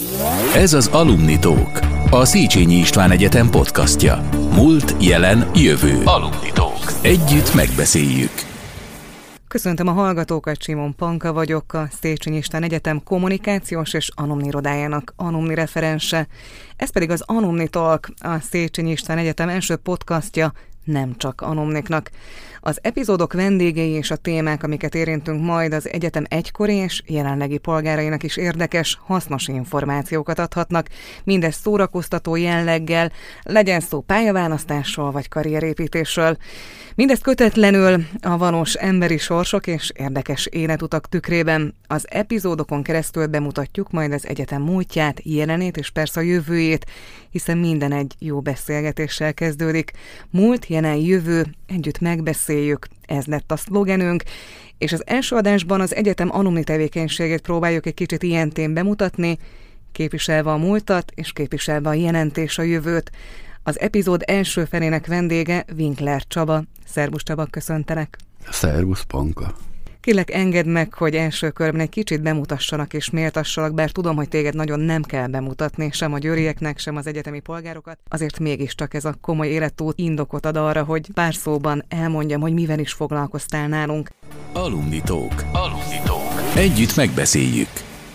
Ez az Alumni Talk, a Széchenyi István Egyetem podcastja. Múlt, jelen, jövő. Alumni Talk. Együtt megbeszéljük. Köszöntöm a hallgatókat, Simon Panka vagyok, a Széchenyi István Egyetem kommunikációs és alumni irodájának alumni referense. Ez pedig az Alumni Talk, a Széchenyi István Egyetem első podcastja, nem csak alumniknak. Az epizódok vendégei és a témák, amiket érintünk majd, az egyetem egykori és jelenlegi polgárainak is érdekes, hasznos információkat adhatnak, mindez szórakoztató jelleggel, legyen szó pályaválasztásról vagy karrierépítésről. Mindezt kötetlenül a valós emberi sorsok és érdekes életutak tükrében. Az epizódokon keresztül bemutatjuk majd az egyetem múltját, jelenét és persze a jövőjét, hiszen minden egy jó beszélgetéssel kezdődik. Múlt, jelen, jövő, együtt megbeszéljük, ez lett a szlogenünk, és az első adásban az egyetem alumni tevékenységét próbáljuk egy kicsit ilyentén bemutatni, képviselve a múltat és képviselve a jelent és a jövőt. Az epizód első felének vendége Winkler Csaba. Szervusz Csaba, köszöntelek! Szervusz Panka! Kérlek, engedd meg, hogy első körben egy kicsit bemutassanak és méltassalak, bár tudom, hogy téged nagyon nem kell bemutatni, sem a győrieknek, sem az egyetemi polgárokat. Azért mégiscsak ez a komoly életút indokot ad arra, hogy pár szóban elmondjam, hogy mivel is foglalkoztál nálunk. Alumni Talk. Alumni Talk. Együtt megbeszéljük.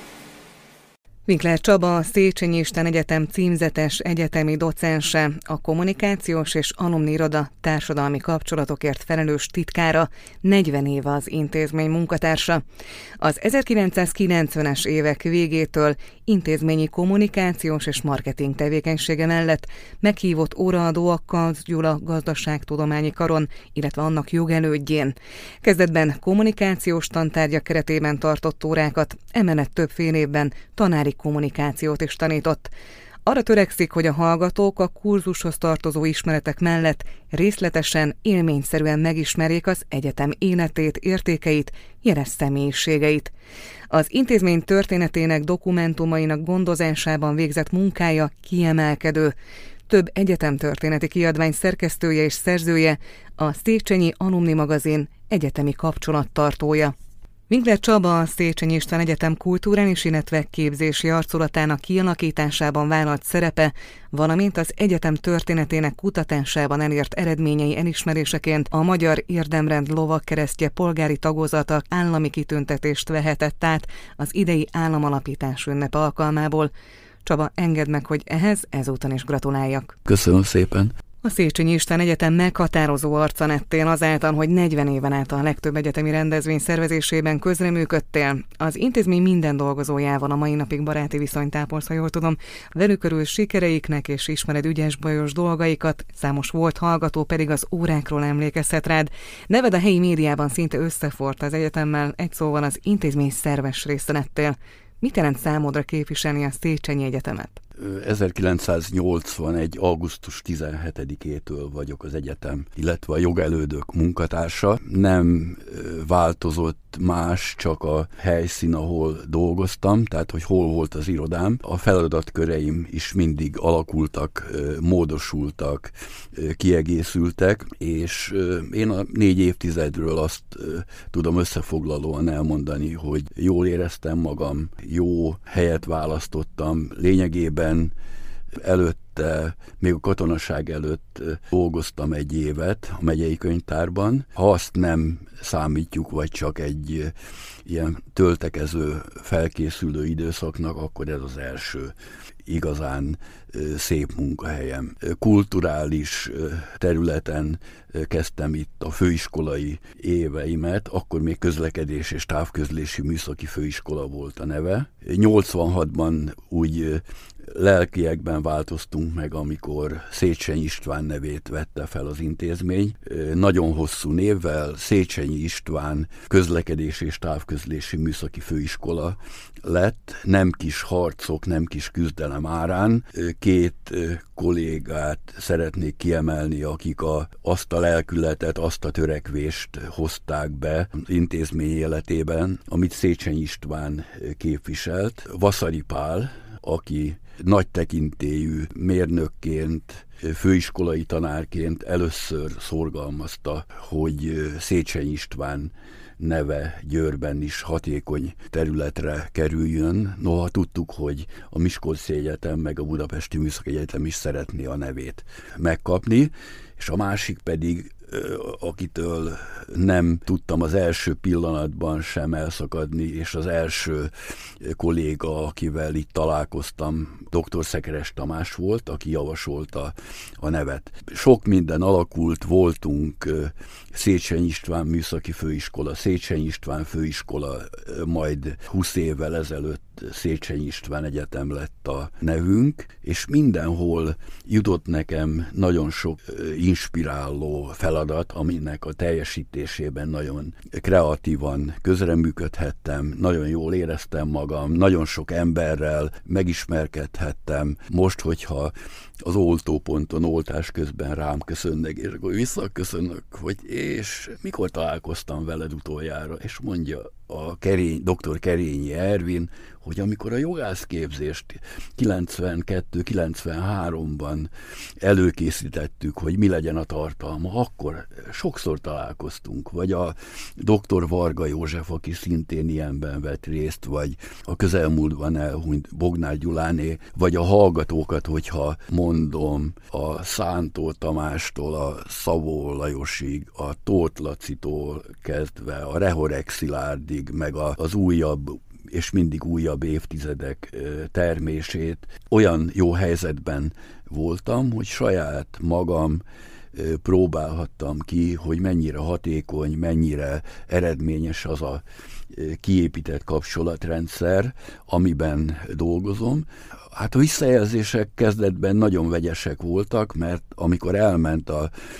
Winkler Csaba, a Széchenyi István Egyetem címzetes egyetemi docense, a kommunikációs és alumni iroda társadalmi kapcsolatokért felelős titkára, 40 éve az intézmény munkatársa. Az 1990-es évek végétől intézményi kommunikációs és marketing tevékenysége mellett meghívott óraadó a Kancz Gyula Gazdaságtudományi Karon, illetve annak jogelődjén. Kezdetben kommunikációs tantárgyak keretében tartott órákat, emellett több fél évben tanári kommunikációt is tanított. Arra törekszik, hogy a hallgatók a kurzushoz tartozó ismeretek mellett részletesen, élményszerűen megismerjék az egyetem életét, értékeit, jeles személyiségeit. Az intézmény történetének, dokumentumainak gondozásában végzett munkája kiemelkedő. Több egyetemtörténeti kiadvány szerkesztője és szerzője, a Széchenyi Alumni Magazin egyetemi kapcsolattartója. Winkler Csaba a Széchenyi István Egyetem kulturális, illetve képzési arculatának kialakításában vállalt szerepe, valamint az egyetem történetének kutatásában elért eredményei elismeréseként a Magyar Érdemrend lovagkeresztje polgári tagozata állami kitüntetést vehetett át az idei államalapítás ünnepe alkalmából. Csaba, engedd meg, hogy ehhez ezúton is gratuláljak. Köszönöm szépen! A Széchenyi István Egyetem meghatározó arca lettél azáltal, hogy 40 éven át a legtöbb egyetemi rendezvény szervezésében közreműködtél. Az intézmény minden dolgozójával a mai napig baráti viszonyt ápolsz, ha jól tudom. Velük körül sikereiknek és ismered ügyes-bajos dolgaikat, számos volt hallgató pedig az órákról emlékezhet rád. Neved a helyi médiában szinte összeforrt az egyetemmel, egy szóval az intézmény szerves része lettél. Mit jelent számodra képviselni a Széchenyi Egyetemet? 1981. augusztus 17-től vagyok az egyetem, illetve a jogelődök munkatársa. Nem változott más, csak a helyszín, ahol dolgoztam, tehát hogy hol volt az irodám. A feladatköreim is mindig alakultak, módosultak, kiegészültek, és én a 4 évtizedről azt tudom összefoglalóan elmondani, hogy jól éreztem magam, jó helyet választottam, lényegében előtte, még a katonaság előtt dolgoztam 1 évet a megyei könyvtárban. Ha azt nem számítjuk, vagy csak egy ilyen töltekező, felkészülő időszaknak, akkor ez az első igazán szép munkahelyem. Kulturális területen kezdtem itt a főiskolai éveimet, akkor még közlekedés és távközlési műszaki főiskola volt a neve. 86-ban úgy lelkiekben változtunk meg, amikor Széchenyi István nevét vette fel az intézmény. Nagyon hosszú névvel Széchenyi István közlekedés és távközlési műszaki főiskola lett, nem kis harcok, nem kis küzdelem árán. 2 kollégát szeretnék kiemelni, akik azt a lelkületet, azt a törekvést hozták be az intézmény életében, amit Széchenyi István képviselt. Vasari Pál, aki nagy tekintélyű mérnökként, főiskolai tanárként először szorgalmazta, hogy Széchenyi István neve Győrben is hatékony területre kerüljön. Noha tudtuk, hogy a Miskolci Egyetem meg a Budapesti Műszaki Egyetem is szeretné a nevét megkapni, és a másik pedig, akitől nem tudtam az első pillanatban sem elszakadni, és az első kolléga, akivel itt találkoztam, dr. Szekeres Tamás volt, aki javasolta a nevet. Sok minden alakult, voltunk Széchenyi István Műszaki Főiskola, Széchenyi István Főiskola, majd 20 évvel ezelőtt Széchenyi István Egyetem lett a nevünk, és mindenhol jutott nekem nagyon sok inspiráló feladat, aminek a teljesítésében nagyon kreatívan közreműködhettem, nagyon jól éreztem magam, nagyon sok emberrel megismerkedhettem. Most, hogyha az oltóponton oltás közben rám köszönnek, és akkor visszaköszönök, hogy és mikor találkoztam veled utoljára, és mondja a dr. Kerényi Ervin, hogy amikor a jogászképzést 92-93-ban előkészítettük, hogy mi legyen a tartalma, akkor sokszor találkoztunk, vagy a dr. Varga József, aki szintén ilyenben vett részt, vagy a közelmúltban elhunyt Bognár Gyuláné, vagy a hallgatókat, hogyha mondom, a Szántó Tamástól, a Szabó Lajosig, a Tóth Lacitól kezdve, a Rehorek Szilárdig, meg az újabb és mindig újabb évtizedek termését. Olyan jó helyzetben voltam, hogy saját magam próbálhattam ki, hogy mennyire hatékony, mennyire eredményes az a kiépített kapcsolatrendszer, amiben dolgozom. Hát a visszajelzések kezdetben nagyon vegyesek voltak, mert amikor elment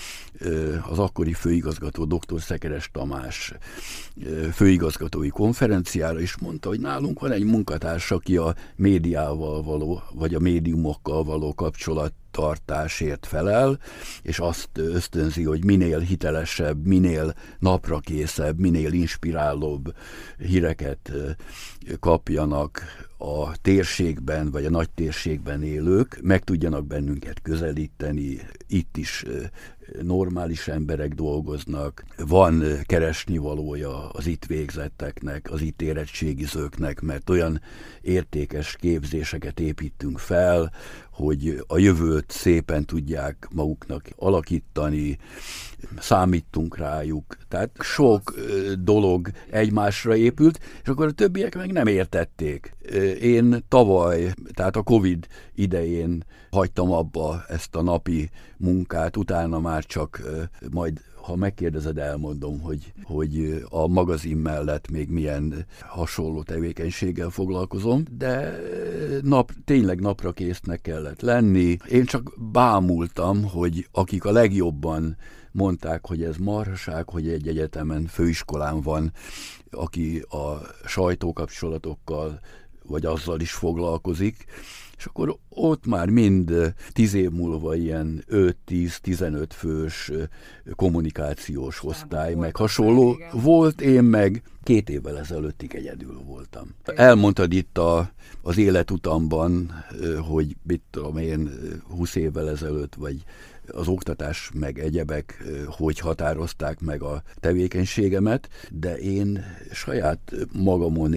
az akkori főigazgató, dr. Szekeres Tamás főigazgatói konferenciára, és mondta, hogy nálunk van egy munkatárs, aki a médiával való, vagy a médiumokkal való kapcsolattartásért felel, és azt ösztönzi, hogy minél hitelesebb, minél naprakészebb, minél inspirálóbb híreket kapjanak a térségben, vagy a nagy térségben élők, meg tudjanak bennünket közelíteni, itt is normális emberek dolgoznak, van keresnivalója az itt végzetteknek, az itt érettségizőknek, mert olyan értékes képzéseket építünk fel, hogy a jövőt szépen tudják maguknak alakítani, számítunk rájuk. Tehát sok dolog egymásra épült, és akkor a többiek meg nem értették. Én tavaly, tehát a Covid idején hagytam abba ezt a napi munkát, utána már csak majd, ha megkérdezed, elmondom, hogy a magazin mellett még milyen hasonló tevékenységgel foglalkozom, de tényleg napra késznek kellett lenni. Én csak bámultam, hogy akik a legjobban mondták, hogy ez marhaság, hogy egy egyetemen, főiskolán van, aki a sajtókapcsolatokkal vagy azzal is foglalkozik, és akkor ott már mind 10 év múlva ilyen 5-10-15 fős kommunikációs osztály, meg hasonló volt, én meg 2 évvel ezelőttig egyedül voltam. Elmondtad itt az életutamban, hogy mit tudom én 20 évvel ezelőtt, vagy az oktatás meg egyebek, hogy határozták meg a tevékenységemet, de én saját magamon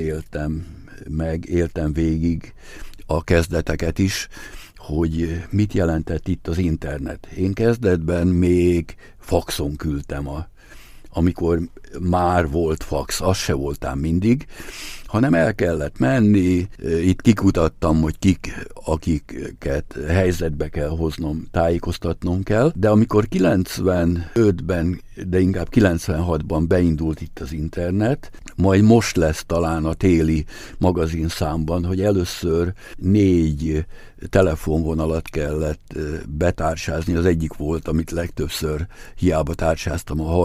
éltem végig a kezdeteket is, hogy mit jelentett itt az internet. Én kezdetben még faxon küldtem, amikor már volt fax, az se voltam mindig, hanem el kellett menni, itt kikutattam, hogy akiket helyzetbe kell hoznom, tájékoztatnom kell, de amikor 95-ben, de inkább 96-ban beindult itt az internet, majd most lesz talán a téli magazinszámban, hogy először 4 telefonvonalat kellett betársázni, az egyik volt, amit legtöbbször hiába társáztam, a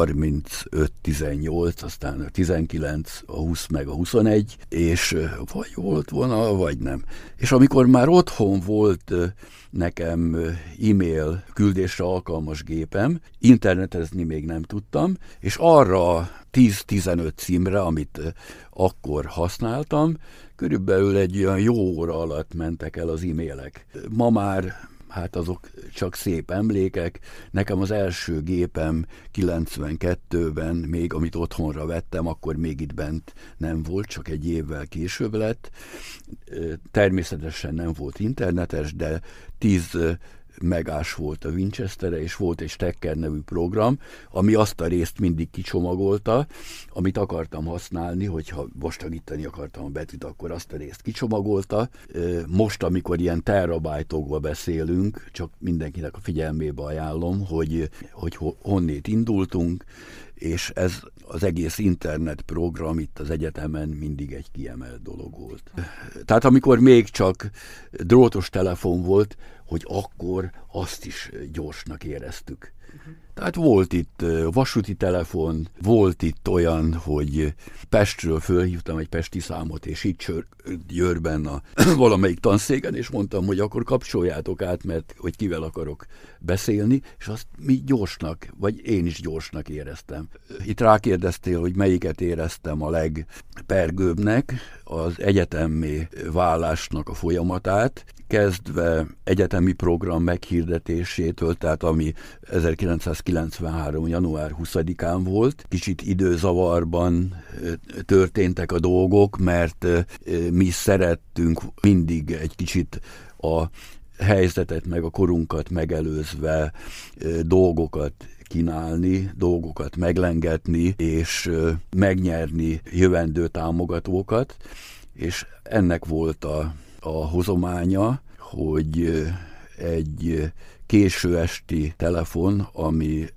35-18, aztán a 19, a 20 meg a 21, és vagy volt vonal, vagy nem. És amikor már otthon volt nekem e-mail küldésre alkalmas gépem, internetezni még nem tudtam, és arra 10-15 címre, amit akkor használtam, körülbelül egy olyan jó óra alatt mentek el az e-mailek. Ma már hát azok csak szép emlékek. Nekem az első gépem 92-ben, még amit otthonra vettem, akkor még itt bent nem volt, csak egy évvel később lett. Természetesen nem volt internetes, de 10 megás volt a Winchestere, és volt egy Stecker nevű program, ami azt a részt mindig kicsomagolta, amit akartam használni, hogyha vastagítani akartam a betűt, akkor azt a részt kicsomagolta. Most, amikor ilyen terabájtokba beszélünk, csak mindenkinek a figyelmébe ajánlom, hogy honnét indultunk, és ez az egész internet program itt az egyetemen mindig egy kiemelt dolog volt. Tehát amikor még csak drótos telefon volt, hogy akkor azt is gyorsnak éreztük. Tehát volt itt vasúti telefon, volt itt olyan, hogy Pestről fölhívtam egy pesti számot, és itt Győrben valamelyik tanszéken, és mondtam, hogy akkor kapcsoljátok át, mert hogy kivel akarok beszélni, és azt mi gyorsnak, vagy én is gyorsnak éreztem. Itt rákérdeztél, hogy melyiket éreztem a legpergőbbnek, az egyetemi válásnak a folyamatát, kezdve egyetemi program meghirdetésétől, tehát ami 1993. január 20-án volt. Kicsit időzavarban történtek a dolgok, mert mi szerettünk mindig egy kicsit a helyzetet meg a korunkat megelőzve dolgokat kínálni, dolgokat meglengetni, és megnyerni jövendő támogatókat, és ennek volt a hozománya, hogy egy késő esti telefon, ami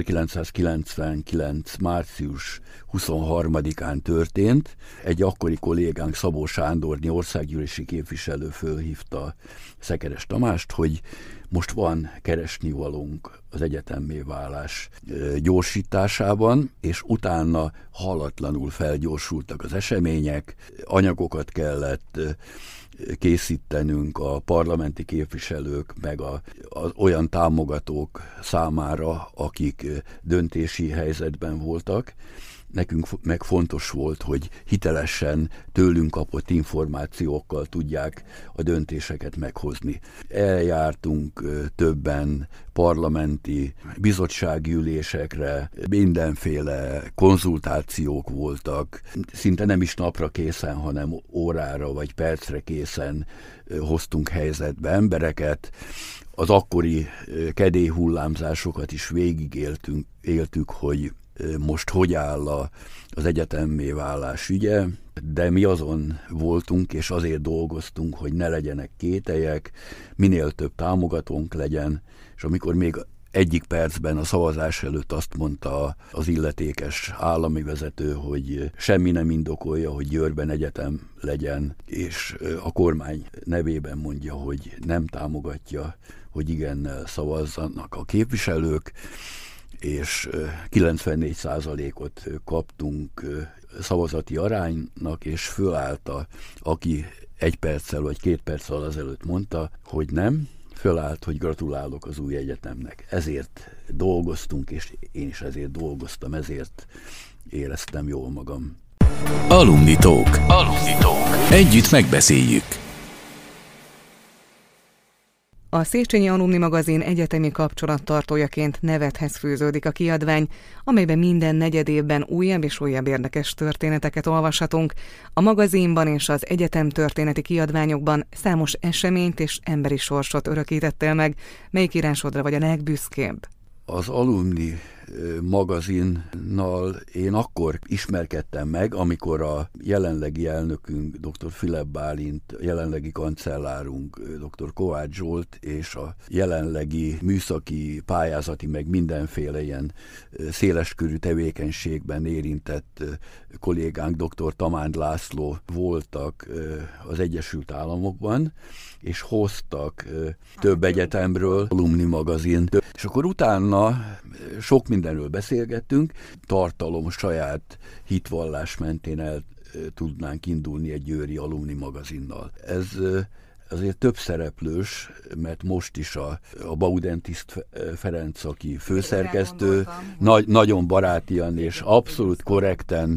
1999. március 23-án történt. Egy akkori kollégánk, Szabó Sándorné országgyűlési képviselő fölhívta Szekeres Tamást, hogy most van keresnivalónk az egyetemmé válás gyorsításában, és utána hallatlanul felgyorsultak az események, anyagokat kellett készítenünk a parlamenti képviselők, meg az olyan támogatók számára, akik döntési helyzetben voltak. Nekünk meg fontos volt, hogy hitelesen tőlünk kapott információkkal tudják a döntéseket meghozni. Eljártunk többen parlamenti bizottsági ülésekre, mindenféle konzultációk voltak, szinte nem is napra készen, hanem órára vagy percre készen hoztunk helyzetbe embereket. Az akkori kedélyhullámzásokat is végigéltük, hogy most hogy áll az egyetemmé válás ügye, de mi azon voltunk, és azért dolgoztunk, hogy ne legyenek kételyek, minél több támogatónk legyen, és amikor még egyik percben a szavazás előtt azt mondta az illetékes állami vezető, hogy semmi nem indokolja, hogy Győrben egyetem legyen, és a kormány nevében mondja, hogy nem támogatja, hogy igennel szavazzanak a képviselők, és 94%-ot kaptunk szavazati aránynak, és fölállt aki 1 perccel vagy 2 perccel azelőtt mondta, hogy nem, fölállt, hogy gratulálok az új egyetemnek. Ezért dolgoztunk, és én is ezért dolgoztam, ezért éreztem jól magam. Alumni Talk. Együtt megbeszéljük. A Széchenyi Alumni magazin egyetemi kapcsolattartójaként nevedhez fűződik a kiadvány, amelyben minden negyed évben újabb és újabb érdekes történeteket olvashatunk. A magazinban és az egyetem történeti kiadványokban számos eseményt és emberi sorsot örökítettél meg. Melyik írásodra vagy a legbüszkébb? Az Alumni magazinnal én akkor ismerkedtem meg, amikor a jelenlegi elnökünk, dr. Fülep Bálint, a jelenlegi kancellárunk, dr. Kovács Zsolt, és a jelenlegi műszaki, pályázati, meg mindenféle ilyen széleskörű tevékenységben érintett kollégánk, dr. Tamánd László voltak az Egyesült Államokban, és hoztak több egyetemről Alumni magazin. És akkor utána sok mindenről beszélgettünk, tartalom saját hitvallás mentén el tudnánk indulni egy győri Alumni magazinnal. Ez azért több szereplős, mert most is a Baudentiszt Ferenc, aki főszerkesztő, nagyon barátian és abszolút korrekten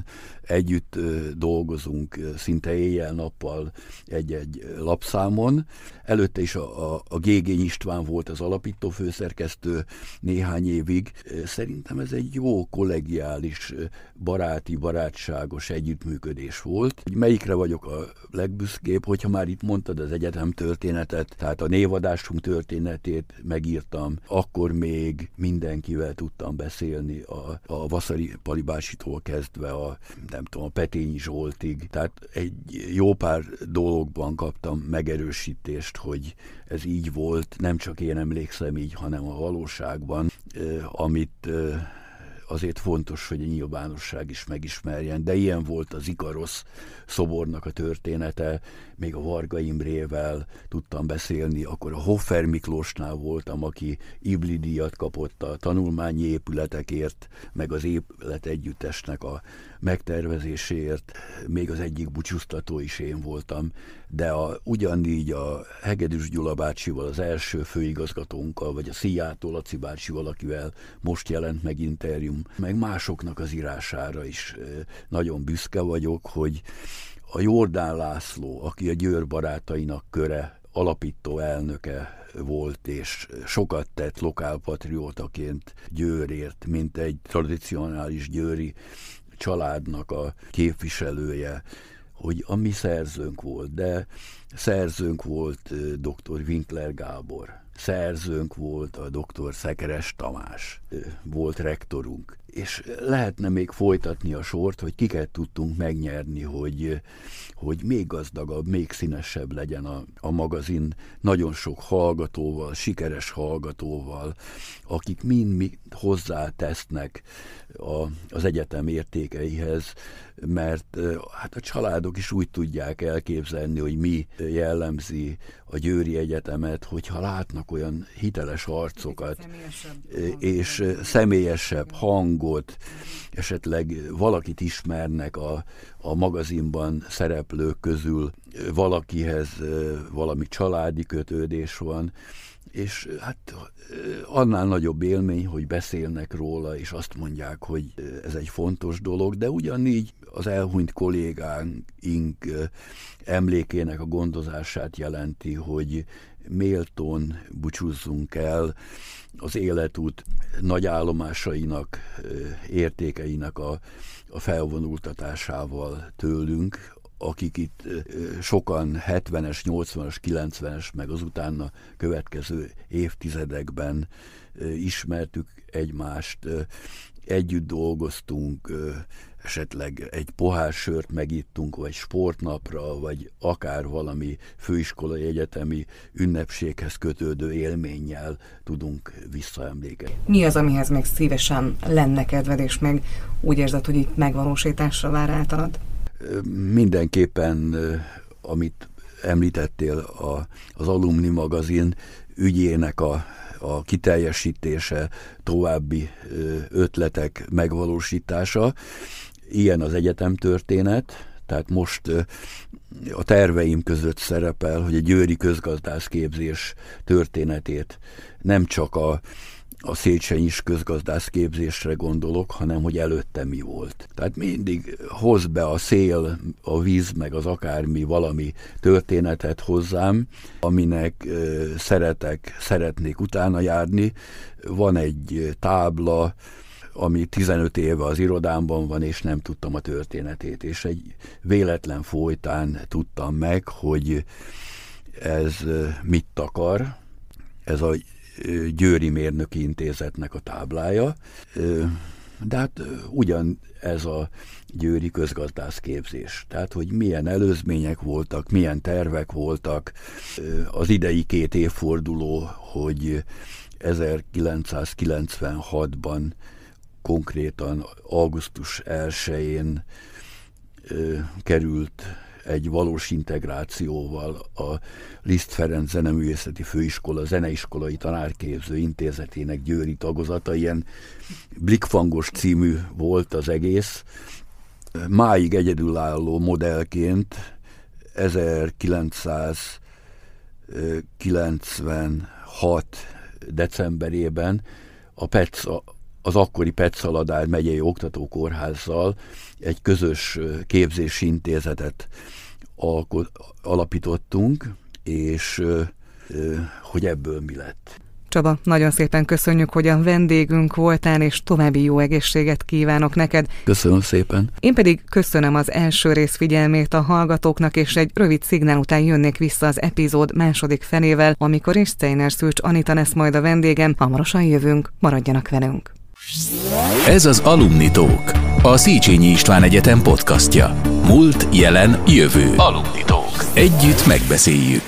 együtt dolgozunk szinte éjjel-nappal egy lapszámon. Előtte is a Gégény István volt az alapító főszerkesztő néhány évig. Szerintem ez egy jó kollegiális, baráti, barátságos együttműködés volt. Melyikre vagyok a legbüszkébb, hogyha már itt mondtad az egyetem történetet, tehát a névadásunk történetét megírtam, akkor még mindenkivel tudtam beszélni, a Vaszary Pali bácsitól kezdve a Petényi Zsoltig. Tehát egy jó pár dologban kaptam megerősítést, hogy ez így volt, nem csak én emlékszem így, hanem a valóságban, amit azért fontos, hogy a nyilvánosság is megismerjen, de ilyen volt az Ikarosz szobornak a története, még a Varga Imrével tudtam beszélni, akkor a Hoffer Miklósnál voltam, aki Ibli díjat kapott a tanulmányi épületekért, meg az épület együttesnek a megtervezéséért, még az egyik búcsúztató is én voltam, de ugyanígy a Hegedűs Gyula bácsival, az első főigazgatónkkal, vagy a Szijjátó Laci bácsival, akivel most jelent meg interjúm, meg másoknak az írására is nagyon büszke vagyok, hogy a Jordán László, aki a Győr barátainak köre alapító elnöke volt, és sokat tett lokálpatriótaként Győrért, mint egy tradicionális győri családnak a képviselője, hogy a mi szerzőnk volt, de szerzőnk volt dr. Winkler Gábor, szerzőnk volt a dr. Szekeres Tamás, volt rektorunk. És lehetne még folytatni a sort, hogy kiket tudtunk megnyerni, hogy még gazdagabb, még színesebb legyen a magazin, nagyon sok hallgatóval, sikeres hallgatóval, akik mind hozzátesznek az egyetem értékeihez, mert hát a családok is úgy tudják elképzelni, hogy mi jellemzi a Győri Egyetemet, hogyha látnak olyan hiteles arcokat, és személyesebb hangot, esetleg valakit ismernek a magazinban szereplők közül, valakihez valami családi kötődés van, és hát annál nagyobb élmény, hogy beszélnek róla, és azt mondják, hogy ez egy fontos dolog, de ugyanígy az elhunyt kollégáink emlékének a gondozását jelenti, hogy méltón búcsúzzunk el az életút nagy állomásainak, értékeinek a felvonultatásával tőlünk, akik itt sokan 70-es, 80-as, 90-es, meg az utána következő évtizedekben ismertük egymást, együtt dolgoztunk, esetleg egy pohár sört megittunk, vagy sportnapra, vagy akár valami főiskolai egyetemi ünnepséghez kötődő élménnyel tudunk visszaemlékezni. Mi az, amihez még szívesen lenne kedved, és meg úgy érzed, hogy itt megvalósításra vár általad? Mindenképpen, amit említettél, az Alumni magazin ügyének a kiteljesítése, további ötletek megvalósítása. Ilyen az egyetemtörténet, tehát most a terveim között szerepel, hogy a győri közgazdászképzés történetét nem csak a Széchenyis közgazdászképzésre gondolok, hanem hogy előtte mi volt. Tehát mindig hoz be a szél, a víz, meg az akármi valami történetet hozzám, aminek szeretnék utána járni. Van egy tábla, ami 15 éve az irodámban van, és nem tudtam a történetét, és egy véletlen folytán tudtam meg, hogy ez mit akar. Ez a Győri Mérnöki Intézetnek a táblája, de hát ugyan ez a győri közgazdászképzés. Tehát, hogy milyen előzmények voltak, milyen tervek voltak, az idei 2 évforduló, hogy 1996-ban konkrétan augusztus 1-én került egy valós integrációval a Liszt Ferenc Zeneművészeti Főiskola Zeneiskolai Tanárképző Intézetének győri tagozata. Ilyen Blickfangos című volt az egész. Máig egyedülálló modellként 1996. decemberében a PEC az akkori Petszalagdár megyei oktatókórházzal egy közös képzési intézetet alapítottunk, és hogy ebből mi lett. Csaba, nagyon szépen köszönjük, hogy a vendégünk voltál, és további jó egészséget kívánok neked. Köszönöm szépen. Én pedig köszönöm az első rész figyelmét a hallgatóknak, és egy rövid szignál után jönnék vissza az epizód második felével, amikor is Czejner Szűcs Anita lesz majd a vendégem. Hamarosan jövünk, maradjanak velünk. Ez az Alumni Talk, a Széchenyi István Egyetem podcastja. Múlt, jelen, jövő. Alumni Talk. Együtt megbeszéljük.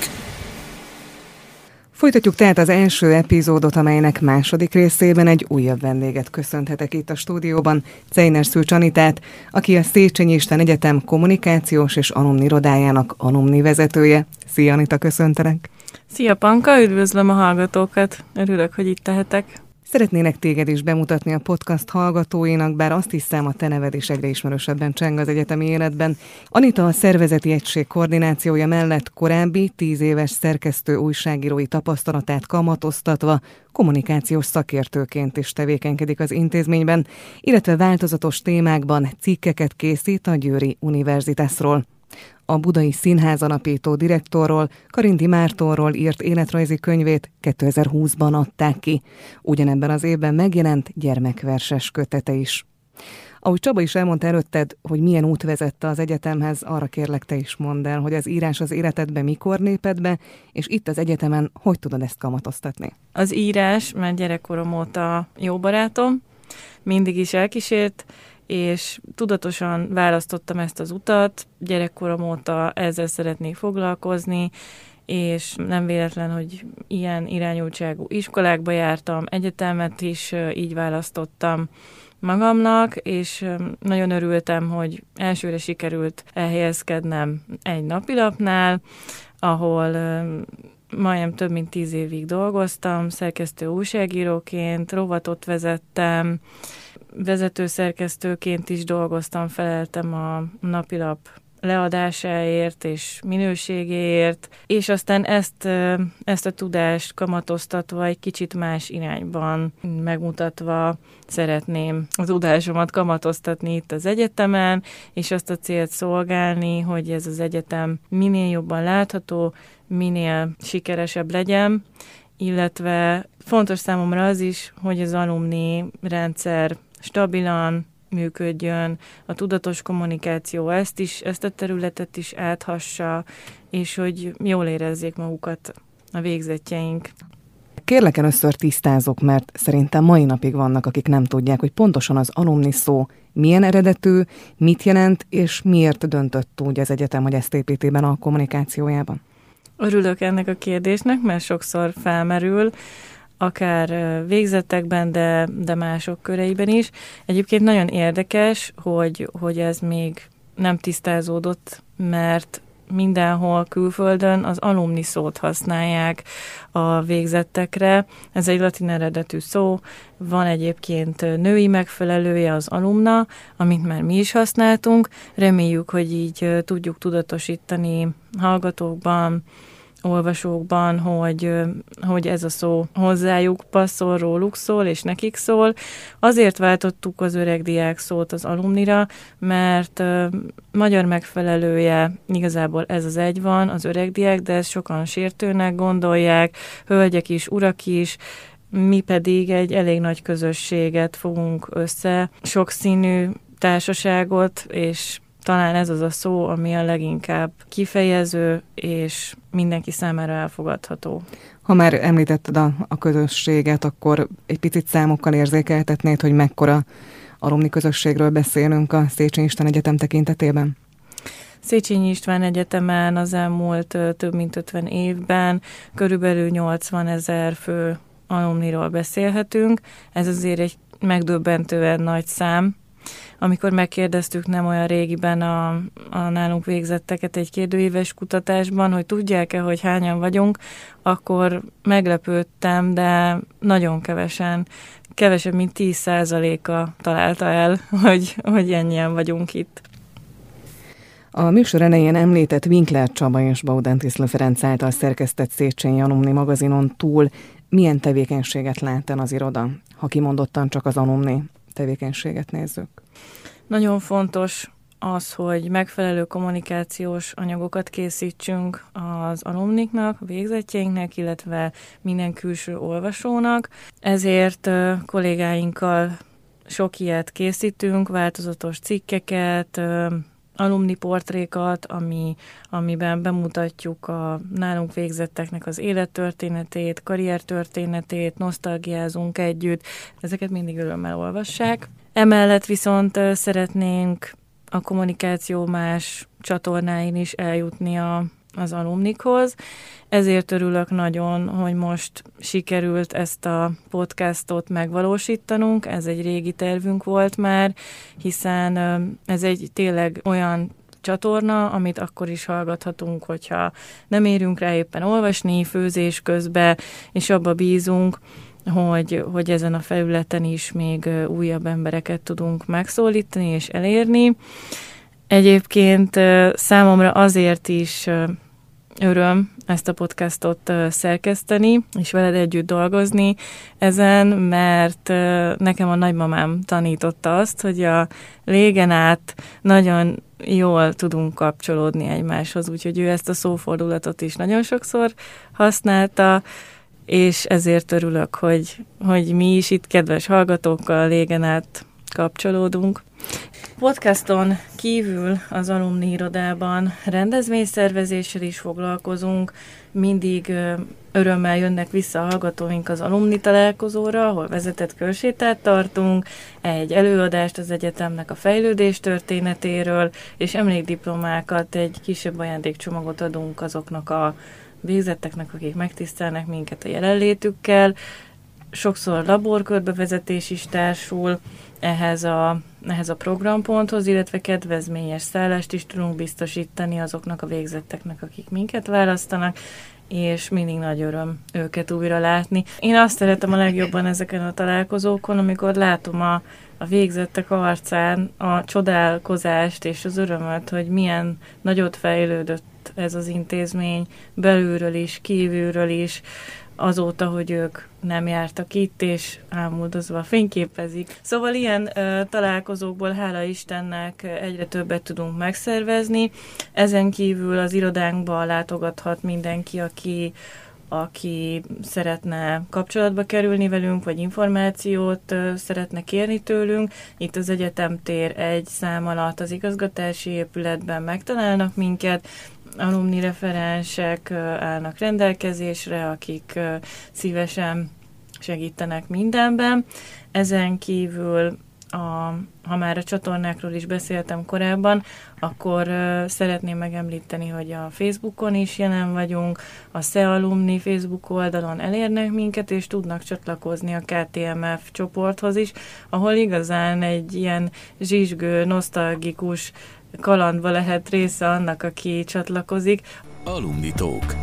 Folytatjuk tehát az első epizódot, amelynek második részében egy újabb vendéget köszönhetek itt a stúdióban, Czejner Szűcs Anitát, aki a Széchenyi István Egyetem kommunikációs és alumni irodájának alumni vezetője. Szia Anita, köszöntelek! Szia Panka, üdvözlöm a hallgatókat, örülök, hogy itt tehetek. Szeretnének téged is bemutatni a podcast hallgatóinak, bár azt hiszem, a te neved is egyre ismerősebben cseng az egyetemi életben. Anita a szervezeti egység koordinációja mellett korábbi 10 éves szerkesztő újságírói tapasztalatát kamatoztatva kommunikációs szakértőként is tevékenykedik az intézményben, illetve változatos témákban cikkeket készít a Győri Univerzitásról. A Budai Színház alapító direktorról, Karinti Mártonról írt életrajzi könyvét 2020-ban adták ki. Ugyanebben az évben megjelent gyermekverses kötete is. Ahogy Csaba is elmondta előtted, hogy milyen út vezette az egyetemhez, arra kérlek, te is mondd el, hogy az írás az életedbe mikor lépett be, és itt az egyetemen hogy tudod ezt kamatoztatni? Az írás már gyerekkorom óta jó barátom, mindig is elkísért, és tudatosan választottam ezt az utat, gyerekkorom óta ezzel szeretnék foglalkozni, és nem véletlen, hogy ilyen irányultságú iskolákba jártam, egyetemet is így választottam magamnak, és nagyon örültem, hogy elsőre sikerült elhelyezkednem egy napilapnál, ahol majdnem több mint 10 évig dolgoztam, szerkesztő újságíróként, rovatot vezettem, vezetőszerkesztőként is dolgoztam, feleltem a napilap leadásáért és minőségéért, és aztán ezt a tudást kamatoztatva egy kicsit más irányban megmutatva szeretném a tudásomat kamatoztatni itt az egyetemen, és azt a célt szolgálni, hogy ez az egyetem minél jobban látható, minél sikeresebb legyen, illetve fontos számomra az is, hogy az alumni rendszer stabilan működjön, a tudatos kommunikáció ezt a területet is áthassa, és hogy jól érezzék magukat a végzettjeink. Kérlek, először tisztázok, mert szerintem mai napig vannak, akik nem tudják, hogy pontosan az alumni szó milyen eredetű, mit jelent, és miért döntött úgy az egyetem, hogy ezt építi be a kommunikációjában. Örülök ennek a kérdésnek, mert sokszor felmerül, akár végzettekben, de mások köreiben is. Egyébként nagyon érdekes, hogy ez még nem tisztázódott, mert mindenhol külföldön az alumni szót használják a végzettekre. Ez egy latin eredetű szó, van egyébként női megfelelője, az alumna, amit már mi is használtunk. Reméljük, hogy így tudjuk tudatosítani hallgatókban, olvasókban, hogy ez a szó hozzájuk passzol, róluk szól, és nekik szól. Azért váltottuk az öreg diák szót az alumnira, mert magyar megfelelője igazából ez az egy van, az öreg diák, de ezt sokan sértőnek gondolják, hölgyek is, urak is, mi pedig egy elég nagy közösséget fogunk össze, sokszínű társaságot, és talán ez az a szó, ami a leginkább kifejező, és mindenki számára elfogadható. Ha már említetted a közösséget, akkor egy picit számokkal érzékeltetnéd, hogy mekkora alumni közösségről beszélünk a Széchenyi István Egyetem tekintetében? Széchenyi István Egyetemen az elmúlt több mint 50 évben körülbelül 80 000 fő alumniról beszélhetünk. Ez azért egy megdöbbentően nagy szám. Amikor megkérdeztük nem olyan régiben a nálunk végzetteket egy kérdőíves kutatásban, hogy tudják-e, hogy hányan vagyunk, akkor meglepődtem, de nagyon kevesebb, mint 10%-a találta el, hogy ennyien vagyunk itt. A műsor elején említett Winkler Csaba és Baudent Tiszlő Ferenc által szerkesztett Széchenyi Alumni magazinon túl Milyen tevékenységet lát el az iroda, ha kimondottan csak az alumni tevékenységet nézzük? Nagyon fontos az, hogy megfelelő kommunikációs anyagokat készítsünk az alumniknak, a végzettjeinknek, illetve minden külső olvasónak. Ezért kollégáinkkal sok ilyet készítünk, változatos cikkeket, alumni portrékat, amiben bemutatjuk a nálunk végzetteknek az élettörténetét, karriertörténetét, nosztalgiázunk együtt, ezeket mindig örömmel olvassák. Emellett viszont szeretnénk a kommunikáció más csatornáin is eljutni az alumnikhoz. Ezért örülök nagyon, hogy most sikerült ezt a podcastot megvalósítanunk. Ez egy régi tervünk volt már, hiszen ez egy tényleg olyan csatorna, amit akkor is hallgathatunk, hogyha nem érünk rá éppen olvasni, főzés közben, és abba bízunk, hogy ezen a felületen is még újabb embereket tudunk megszólítani és elérni. Egyébként számomra azért is öröm ezt a podcastot szerkeszteni, és veled együtt dolgozni ezen, mert nekem a nagymamám tanította azt, hogy a légen át nagyon jól tudunk kapcsolódni egymáshoz, úgyhogy ő ezt a szófordulatot is nagyon sokszor használta, és ezért örülök, hogy mi is itt kedves hallgatókkal légen át kapcsolódunk. Podcaston kívül az alumni irodában rendezvényszervezéssel is foglalkozunk, mindig örömmel jönnek vissza a hallgatóink az alumni találkozóra, ahol vezetett körsétát tartunk, egy előadást az egyetemnek a fejlődés történetéről, és emlékdiplomákat, egy kisebb ajándékcsomagot adunk azoknak a végzetteknek, akik megtisztelnek minket a jelenlétükkel. Sokszor laborkörbevezetés is társul ehhez a programponthoz, illetve kedvezményes szállást is tudunk biztosítani azoknak a végzetteknek, akik minket választanak, és mindig nagy öröm őket újra látni. Én azt szeretem a legjobban ezeken a találkozókon, amikor látom a végzettek arcán a csodálkozást és az örömöt, hogy milyen nagyot fejlődött ez az intézmény belülről is, kívülről is, azóta, hogy ők nem jártak itt, és ámuldozva fényképezik. Szóval ilyen találkozókból, hála Istennek, egyre többet tudunk megszervezni. Ezen kívül az irodánkba látogathat mindenki, aki szeretne kapcsolatba kerülni velünk, vagy információt szeretne kérni tőlünk. Itt az Egyetemtér 1 szám alatt az igazgatási épületben megtalálnak minket, alumni referensek állnak rendelkezésre, akik szívesen segítenek mindenben. Ezen kívül, ha már a csatornákról is beszéltem korábban, akkor szeretném megemlíteni, hogy a Facebookon is jelen vagyunk, a SZE Alumni Facebook oldalon elérnek minket, és tudnak csatlakozni a KTMF csoporthoz is, ahol igazán egy ilyen zsizsgő, nosztalgikus kalandba lehet része annak, aki csatlakozik. Alumni Talk.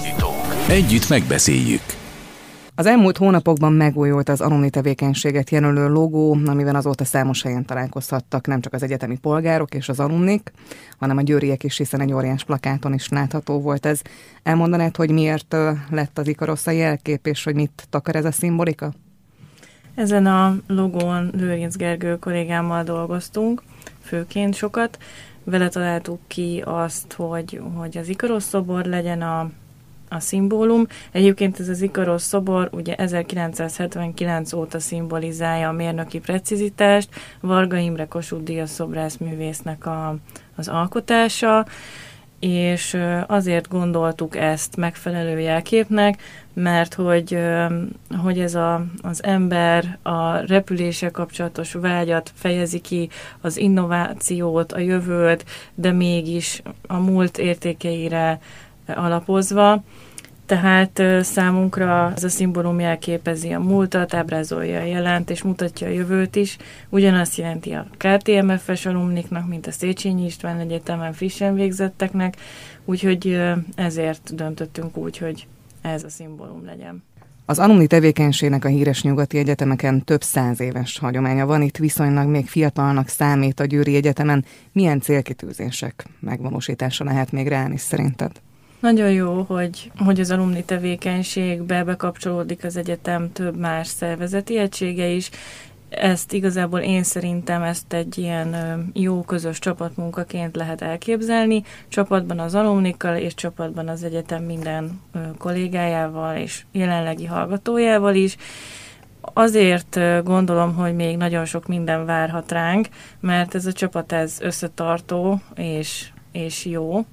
Együtt megbeszéljük. Az elmúlt hónapokban megújult az alumni tevékenységet jelölő logó, amivel azóta számos helyen találkozhattak nem csak az egyetemi polgárok és az alumnik, hanem a győriek is, hiszen egy óriás plakáton is látható volt ez. Elmondanád, hogy miért lett az Ikarosz a jelkép, és hogy mit takar ez a szimbolika? Ezen a logón Lőrinc Gergő kollégámmal dolgoztunk, főként sokat. Vele találtuk ki azt, hogy az Ikarosz szobor legyen a szimbólum. Egyébként ez az Ikarosz szobor ugye 1979 óta szimbolizálja a mérnöki precizitást, Varga Imre Kossuth Díjas szobrászművésznek az alkotása, és azért gondoltuk ezt megfelelő jelképnek, mert hogy ez az ember a repüléssel kapcsolatos vágyat fejezi ki, az innovációt, a jövőt, de mégis a múlt értékeire alapozva. Tehát számunkra ez a szimbólum jelképezi a múltat, ábrázolja a jelent, és mutatja a jövőt is. Ugyanazt jelenti a KTMF-es alumniknak, mint a Széchenyi István Egyetemen frissen végzetteknek, úgyhogy ezért döntöttünk úgy, hogy ez a szimbólum legyen. Az alumni tevékenységnek a híres nyugati egyetemeken több 100 éves hagyománya van, itt viszonylag még fiatalnak számít a Győri Egyetemen. Milyen célkitűzések megvalósítása lehet még reális szerinted? Nagyon jó, hogy az alumni tevékenységbe bekapcsolódik az egyetem több más szervezeti egysége is. Ezt igazából én szerintem ezt egy ilyen jó közös csapatmunkaként lehet elképzelni, csapatban az alumnikkal és csapatban az egyetem minden kollégájával és jelenlegi hallgatójával is. Azért gondolom, hogy még nagyon sok minden várhat ránk, mert ez a csapat ez összetartó és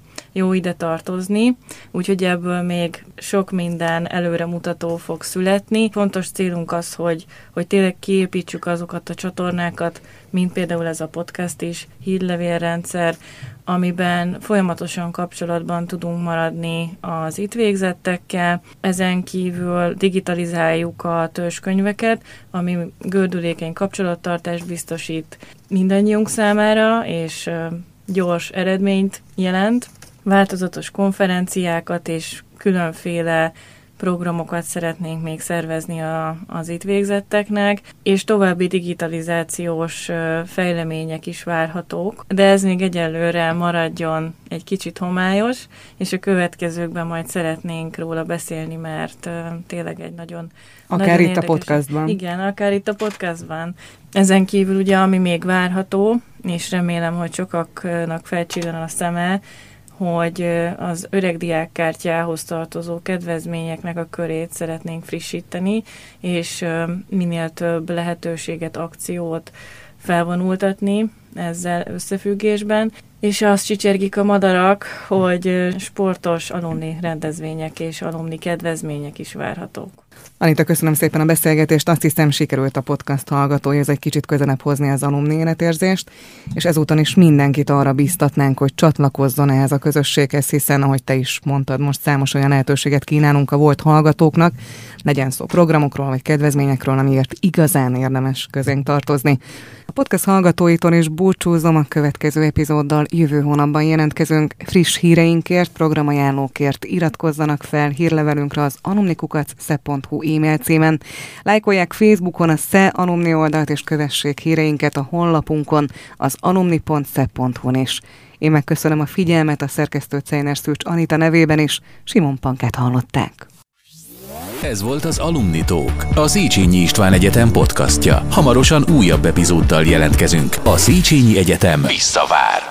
jó ide tartozni, úgyhogy ebből még sok minden előremutató fog születni. Fontos célunk az, hogy tényleg kiépítsük azokat a csatornákat, mint például ez a podcast is, hírlevélrendszer, amiben folyamatosan kapcsolatban tudunk maradni az itt végzettekkel. Ezen kívül digitalizáljuk a törzskönyveket, ami gördülékeny kapcsolattartást biztosít mindannyiunk számára, és gyors eredményt jelent. Változatos konferenciákat és különféle programokat szeretnénk még szervezni az itt végzetteknek, és további digitalizációs fejlemények is várhatók, de ez még egyelőre maradjon egy kicsit homályos, és a következőkben majd szeretnénk róla beszélni, mert tényleg egy nagyon akár itt a podcastban. Igen, akár itt a podcastban. Ezen kívül ugye, ami még várható, és remélem, hogy sokaknak felcsillan a szeme, hogy az öreg diákkártyához tartozó kedvezményeknek a körét szeretnénk frissíteni, és minél több lehetőséget, akciót felvonultatni ezzel összefüggésben, és azt csicsergik a madarak, hogy sportos alumni rendezvények és alumni kedvezmények is várhatók. Anita, köszönöm szépen a beszélgetést, azt hiszem sikerült a podcast hallgatóihoz egy kicsit közelebb hozni az alumni életérzést, és ezúton is mindenkit arra bíztatnánk, hogy csatlakozzon ehhez a közösséghez, hiszen, ahogy te is mondtad, most számos olyan lehetőséget kínálunk a volt hallgatóknak, legyen szó programokról vagy kedvezményekről, amiért igazán érdemes közénk tartozni. A podcast hallgatóitól is búcsúzom, a következő epizóddal jövő hónapban jelentkezünk. Friss híreinkért, programajánlókért iratkozzanak fel hírlevelünkre az alumnikukac.sze.hu e-mail címen. Lájkolják Facebookon a SZE alumni oldalt, és kövessék híreinket a honlapunkon, az alumni.sze.hu-n is. Én megköszönöm a figyelmet, a szerkesztő Czejner Szűcs Anita nevében is. Simon Pankát hallották. Ez volt az Alumni Talk, a Széchenyi István Egyetem podcastja. Hamarosan újabb epizóddal jelentkezünk. A Széchenyi Egyetem visszavár.